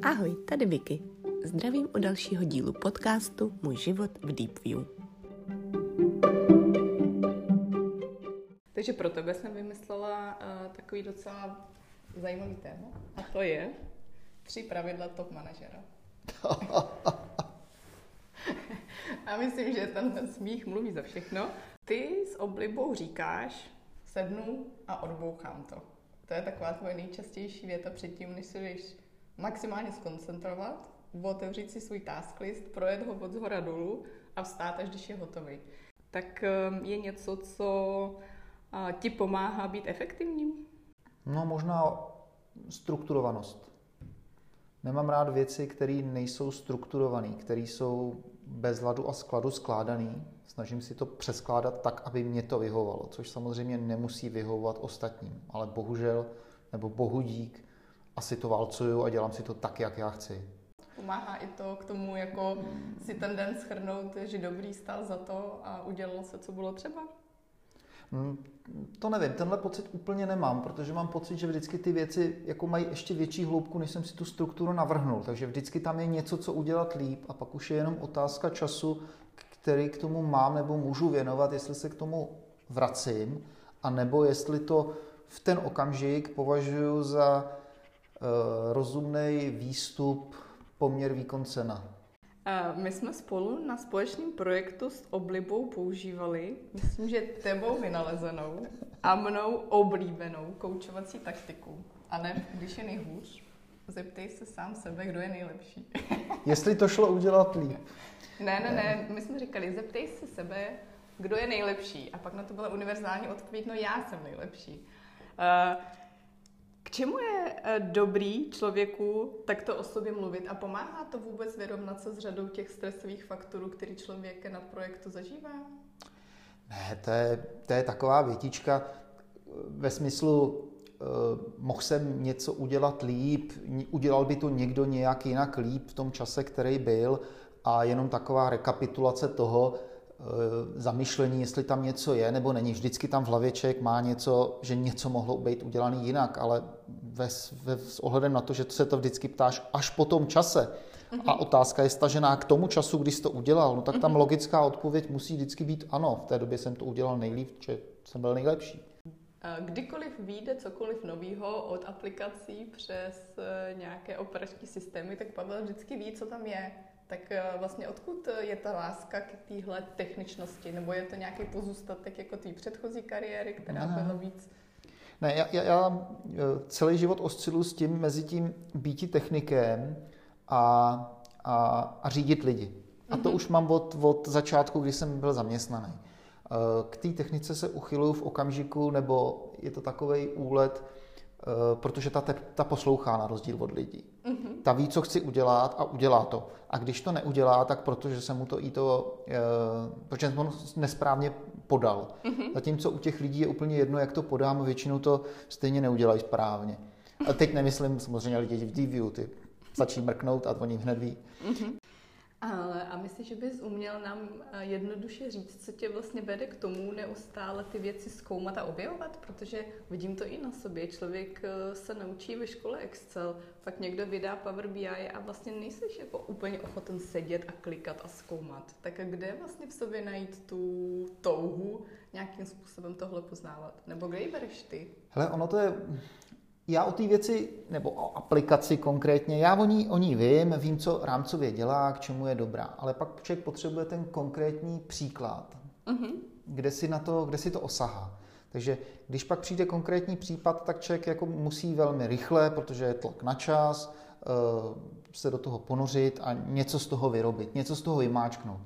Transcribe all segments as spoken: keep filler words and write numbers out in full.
Ahoj, tady Vicky. Zdravím u dalšího dílu podcastu Můj život v Deep View. Takže pro tebe jsem vymyslela uh, takový docela zajímavý téma. A to je tři pravidla top manažera. A myslím, že ten smích mluví za všechno. Ty s oblibou říkáš, sednu a odbouchám to. To je taková tvoje nejčastější věta předtím, než se jdeš maximálně skoncentrovat, otevřít si svůj task list, projet ho od zhora dolů a vstát, až když je hotový. Tak je něco, co ti pomáhá být efektivním? No možná strukturovanost. Nemám rád věci, které nejsou strukturované, které jsou bez ladu a skladu skládané. Snažím si to přeskládat tak, aby mě to vyhovovalo, což samozřejmě nemusí vyhovovat ostatním. Ale bohužel, nebo bohu dík, asi to válcuju a dělám si to tak, jak já chci. Pomáhá i to k tomu, jako si ten den shrnout, že dobrý stál za to a udělalo se, co bylo třeba? Hmm, to nevím, tenhle pocit úplně nemám, protože mám pocit, že vždycky ty věci jako mají ještě větší hloubku, než jsem si tu strukturu navrhnul. Takže vždycky tam je něco, co udělat líp a pak už je jenom otázka času, který k tomu mám nebo můžu věnovat, jestli se k tomu vracím, a nebo jestli to v ten okamžik považuji za uh, rozumný výstup poměr výkon cena. My jsme spolu na společném projektu s oblibou používali, myslím, že tebou vynalezenou a mnou oblíbenou koučovací taktiku. A ne, když je nejhůř, zeptej se sám sebe, kdo je nejlepší. Jestli to šlo udělat líp. Ne, ne, ne, my jsme říkali, zeptej se sebe, kdo je nejlepší. A pak na to byla univerzální odpověď, no já jsem nejlepší. K čemu je dobrý člověku takto o sobě mluvit a pomáhá to vůbec vyrovnat se s řadou těch stresových faktorů, který člověk na projektu zažívá? Ne, to je, to je taková větička ve smyslu, uh, mohl jsem něco udělat líp, udělal by to někdo nějak jinak líp v tom čase, který byl, a jenom taková rekapitulace toho, zamyšlení, jestli tam něco je nebo není. Vždycky tam v hlavě člověk má něco, že něco mohlo být udělané jinak, ale ve, ve, s ohledem na to, že se to vždycky ptáš až po tom čase mm-hmm. a otázka je stažená k tomu času, kdy jsi to udělal, no tak tam mm-hmm. logická odpověď musí vždycky být ano, v té době jsem to udělal nejlíp, že jsem byl nejlepší. Kdykoliv vyjde cokoliv novýho od aplikací přes nějaké operační systémy, tak Pavel vždycky ví, co tam je. Tak vlastně odkud je ta láska k téhle techničnosti? Nebo je to nějaký pozůstatek jako té předchozí kariéry, která ne. byla víc? Ne, já, já, já celý život osciluji s tím mezi tím býti technikem a, a, a řídit lidi. A to mm-hmm. už mám od, od začátku, kdy jsem byl zaměstnaný. K té technice se uchyluju v okamžiku, nebo je to takovej úlet, protože ta, ta poslouchá na rozdíl od lidí. Mm-hmm. Ta ví, co chci udělat a udělá to. A když to neudělá, tak protože se mu to i to, e, protože jsem to nesprávně podal. Mm-hmm. Zatímco u těch lidí je úplně jedno, jak to podám, většinou to stejně neudělají správně. A teď nemyslím samozřejmě lidi v Deep View, ty začí mrknout a oni hned ví. Mm-hmm. Ale a myslíš, že bys uměl nám jednoduše říct, co tě vlastně vede k tomu neustále ty věci zkoumat a objevovat? Protože vidím to i na sobě. Člověk se naučí ve škole Excel, pak někdo vydá Power B I a vlastně nejseš jako úplně ochoten sedět a klikat a zkoumat. Tak kde vlastně v sobě najít tu touhu nějakým způsobem tohle poznávat? Nebo kde ji bereš ty? Hele, ono to je... Já o té věci, nebo o aplikaci konkrétně, já o ní, o ní vím, vím, co rámcově dělá, k čemu je dobrá, ale pak člověk potřebuje ten konkrétní příklad, uh-huh. kde si na to, kde si to osahá. Takže když pak přijde konkrétní případ, tak člověk jako musí velmi rychle, protože je tlak na čas, se do toho ponořit a něco z toho vyrobit, něco z toho vymáčknout.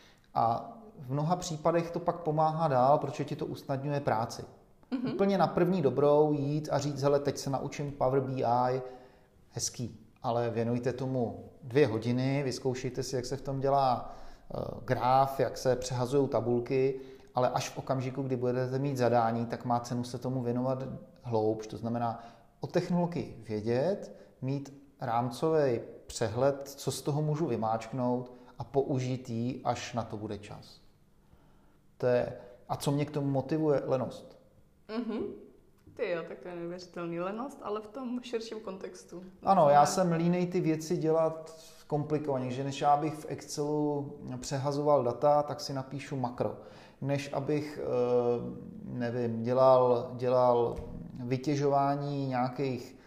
A v mnoha případech to pak pomáhá dál, protože ti to usnadňuje práci. Mm-hmm. Úplně na první dobrou jít a říct, hele, teď se naučím Power B I, hezký, ale věnujte tomu dvě hodiny, vyzkoušejte si, jak se v tom dělá uh, graf, jak se přehazují tabulky, ale až v okamžiku, kdy budete mít zadání, tak má cenu se tomu věnovat hloubš, to znamená o technologii vědět, mít rámcový přehled, co z toho můžu vymáčknout a použít ji, až na to bude čas. To je, a co mě k tomu motivuje? Lenost. Mm-hmm. Ty jo, tak to je neuvěřitelný lenost, ale v tom širším kontextu. Ano, já jsem línej ty věci dělat komplikovaně, že než já bych v Excelu přehazoval data, tak si napíšu makro. Než abych, nevím, dělal, dělal vytěžování nějakých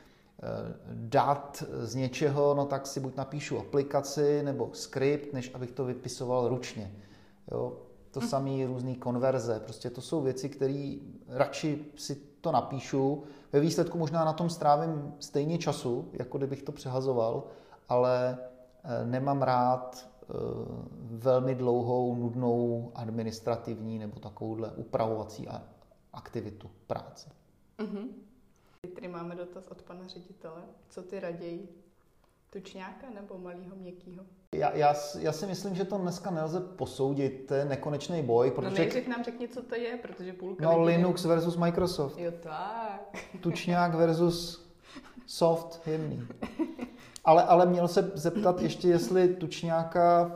dat z něčeho, no tak si buď napíšu aplikaci nebo skript, než abych to vypisoval ručně. Jo? To samé různý konverze. Prostě to jsou věci, které radši si to napíšu. Ve výsledku možná na tom strávím stejně času, jako kdybych to přehazoval, ale nemám rád velmi dlouhou, nudnou administrativní nebo takovouhle upravovací aktivitu práce. Mm-hmm. Tady máme dotaz od pana ředitele. Co ty raději? Tučňáka nebo malýho měkkýho? Já, já, já si myslím, že to dneska nelze posoudit, to je nekonečný boj. Protože... No nejdřív nám řekni, co to je, protože půlka No lidí... Linux versus Microsoft. Jo tak. Tučňák versus soft, jemný. Ale, ale měl se zeptat ještě, jestli tučňáka,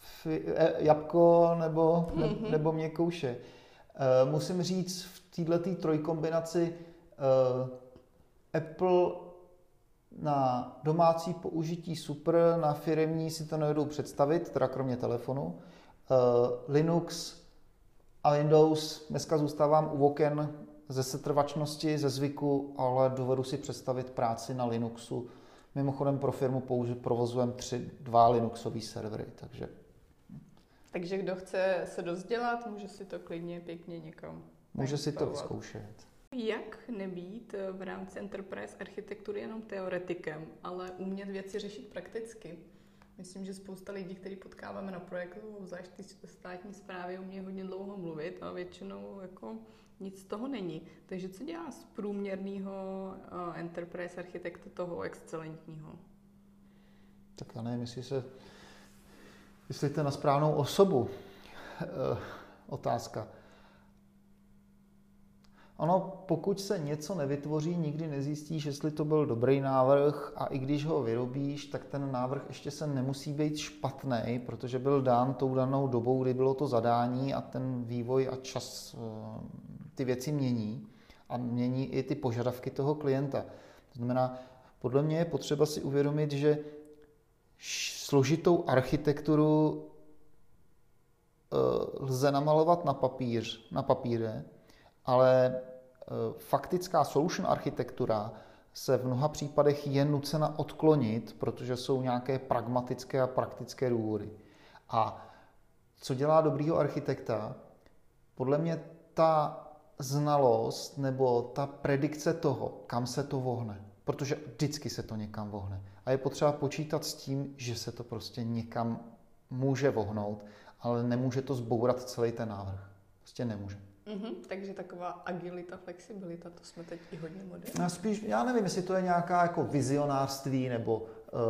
jabko nebo, ne, nebo měkouše. Uh, musím říct, v této trojkombinaci uh, Apple na domácí použití super, na firemní si to nevedou představit, teda kromě telefonu. Uh, Linux a Windows, dneska zůstávám u oken ze setrvačnosti, ze zvyku, ale dovedu si představit práci na Linuxu. Mimochodem pro firmu provozujeme tři, dva Linuxové servery, takže... Takže kdo chce se dozdělat, může si to klidně pěkně někam Může si to vyzkoušet. Jak nebýt v rámci enterprise architektury jenom teoretikem, ale umět věci řešit prakticky? Myslím, že spousta lidí, který potkáváme na projektu, zvlášť ty státní správy, umí hodně dlouho mluvit a většinou jako nic z toho není. Takže co dělá z průměrného uh, enterprise architekta toho excelentního? Tak já nevím, jestli se... Jestli jste na správnou osobu. Uh, otázka. Ono, pokud se něco nevytvoří, nikdy nezjistíš, jestli to byl dobrý návrh a i když ho vyrobíš, tak ten návrh ještě se nemusí být špatný, protože byl dán tou danou dobou, kdy bylo to zadání a ten vývoj a čas ty věci mění a mění i ty požadavky toho klienta. To znamená, podle mě je potřeba si uvědomit, že složitou architekturu lze namalovat na papíř, na papíře, ale faktická solution architektura se v mnoha případech je nucena odklonit, protože jsou nějaké pragmatické a praktické důvody. A co dělá dobrýho architekta? Podle mě ta znalost nebo ta predikce toho, kam se to vohne. Protože vždycky se to někam vohne. A je potřeba počítat s tím, že se to prostě někam může vohnout, ale nemůže to zbourat celý ten návrh. Prostě nemůže. Mm-hmm, takže taková agilita, flexibilita, to jsme teď i hodně moderní. Já spíš, já nevím, jestli to je nějaká jako vizionářství nebo,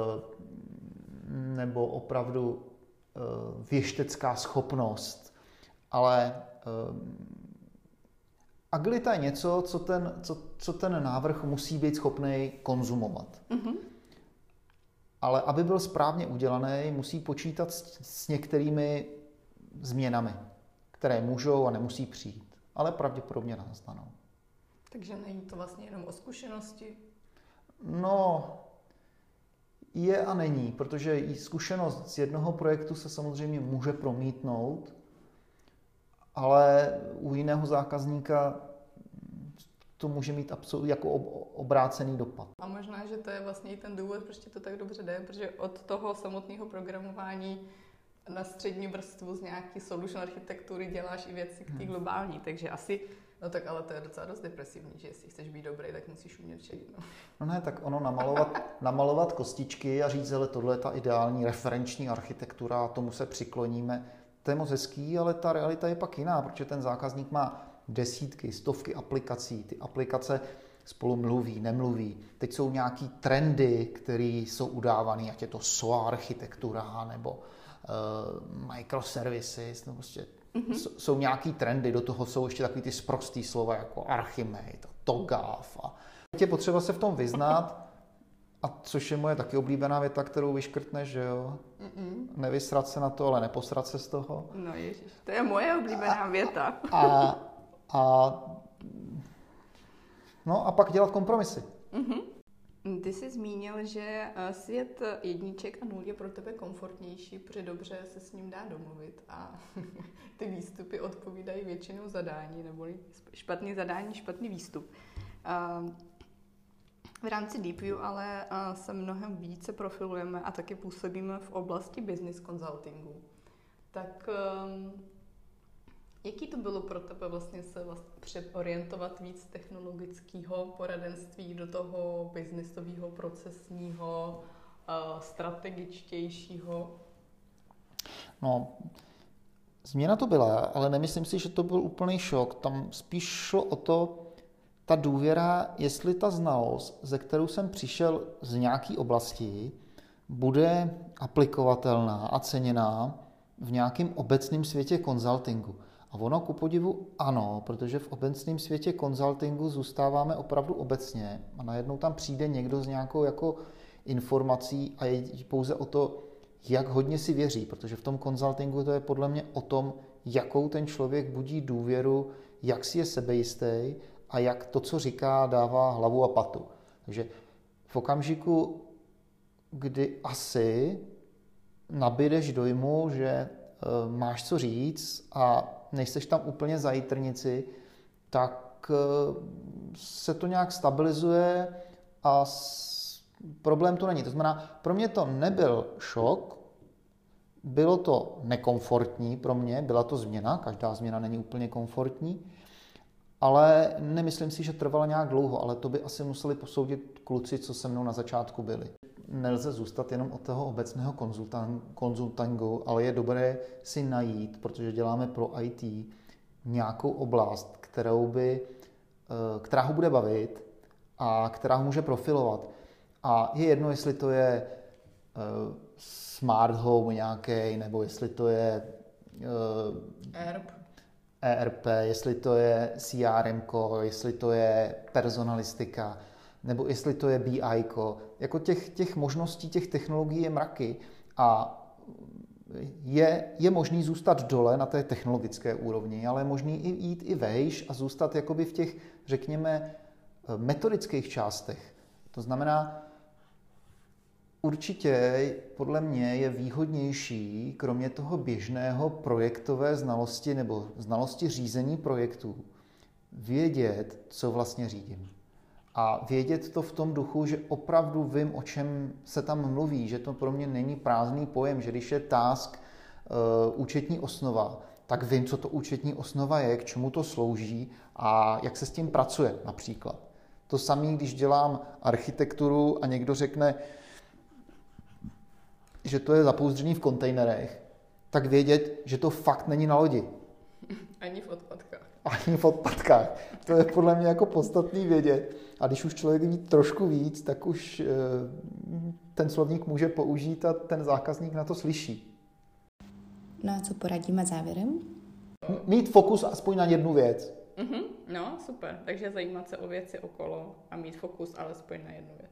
nebo opravdu věštecká schopnost, ale agilita je něco, co ten, co, co ten návrh musí být schopný konzumovat. Mm-hmm. Ale aby byl správně udělaný, musí počítat s, s některými změnami, které můžou a nemusí přijít, ale pravděpodobně nastanou. Takže není to vlastně jenom o zkušenosti? No, je a není, protože i zkušenost z jednoho projektu se samozřejmě může promítnout, ale u jiného zákazníka to může mít absolutně jako obrácený dopad. A možná, že to je vlastně i ten důvod, proč to tak dobře jde, protože od toho samotného programování na střední vrstvu z nějaký solution architektury děláš i věci k té globální, takže asi, no tak ale to je docela dost depresivní, že jestli chceš být dobrý, tak musíš umět všechno. No ne, tak ono namalovat, namalovat kostičky a říct, že tohle je ta ideální referenční architektura a tomu se přikloníme, to je moc hezký, ale ta realita je pak jiná, protože ten zákazník má desítky, stovky aplikací, ty aplikace spolu mluví, nemluví. Teď jsou nějaký trendy, které jsou udávané, ať je to S O A architektura nebo uh, microservices, no prostě mm-hmm. jsou nějaký trendy, do toho jsou ještě takový ty sprostý slova jako Archimate, TOGAF a teď je potřeba se v tom vyznat, a což je moje taky oblíbená věta, kterou vyškrtneš, že jo? Mm-mm. Nevysrat se na to, ale neposrat se z toho. No ježiš, to je moje oblíbená věta. A, a No a pak dělat kompromisy. Mm-hmm. Ty jsi zmínil, že svět jedniček a nul je pro tebe komfortnější, protože dobře se s ním dá domluvit a ty výstupy odpovídají většinou zadání, neboli špatný zadání, špatný výstup. V rámci DeepView ale se mnohem více profilujeme a taky působíme v oblasti business consultingu. Tak jaký to bylo pro tebe vlastně se vlastně přeorientovat víc technologického poradenství do toho biznisového, procesního, strategičtějšího? No, změna to byla, ale nemyslím si, že to byl úplný šok. Tam spíš šlo o to, ta důvěra, jestli ta znalost, ze kterou jsem přišel z nějaké oblasti, bude aplikovatelná a ceněná v nějakém obecném světě konzultingu. A ono ku podivu ano, protože v obecném světě konzultingu zůstáváme opravdu obecně a najednou tam přijde někdo s nějakou jako informací a je pouze o to, jak hodně si věří, protože v tom konzultingu to je podle mě o tom, jakou ten člověk budí důvěru, jak si je sebejistý a jak to, co říká, dává hlavu a patu. Takže v okamžiku, kdy asi nabídeš dojmu, že e, máš co říct a nejseš tam úplně za jitrnici, tak e, se to nějak stabilizuje a s, problém to není. To znamená, pro mě to nebyl šok, bylo to nekomfortní pro mě, byla to změna, každá změna není úplně komfortní, ale nemyslím si, že trvala nějak dlouho, ale to by asi museli posoudit kluci, co se mnou na začátku byli. Nelze zůstat jenom od toho obecného konzultingu, ale je dobré si najít, protože děláme pro í té, nějakou oblast, kterou by, která ho bude bavit a která ho může profilovat. A je jedno, jestli to je smart home nějaký, nebo jestli to je E R P. E R P, jestli to je C R M ko, jestli to je personalistika, nebo jestli to je B I ko. Jako těch, těch možností, těch technologií je mraky a je, je možný zůstat dole na té technologické úrovni, ale je možný i jít i vejš a zůstat jakoby v těch, řekněme, metodických částech. To znamená, určitě podle mě je výhodnější, kromě toho běžného projektové znalosti nebo znalosti řízení projektů, vědět, co vlastně řídím. A vědět to v tom duchu, že opravdu vím, o čem se tam mluví, že to pro mě není prázdný pojem, že když je task uh, účetní osnova, tak vím, co to účetní osnova je, k čemu to slouží a jak se s tím pracuje například. To samé, když dělám architekturu a někdo řekne, že to je zapouzdřený v kontejnerech, tak vědět, že to fakt není na lodi. Ani v odpadkách. Ani v odpadkách. To je podle mě jako podstatný vědět. A když už člověk ví trošku víc, tak už ten slovník může použít a ten zákazník na to slyší. No a co poradíme závěrem? Mít fokus aspoň na jednu věc. Mm-hmm. No, super. Takže zajímat se o věci okolo a mít fokus alespoň na jednu věc.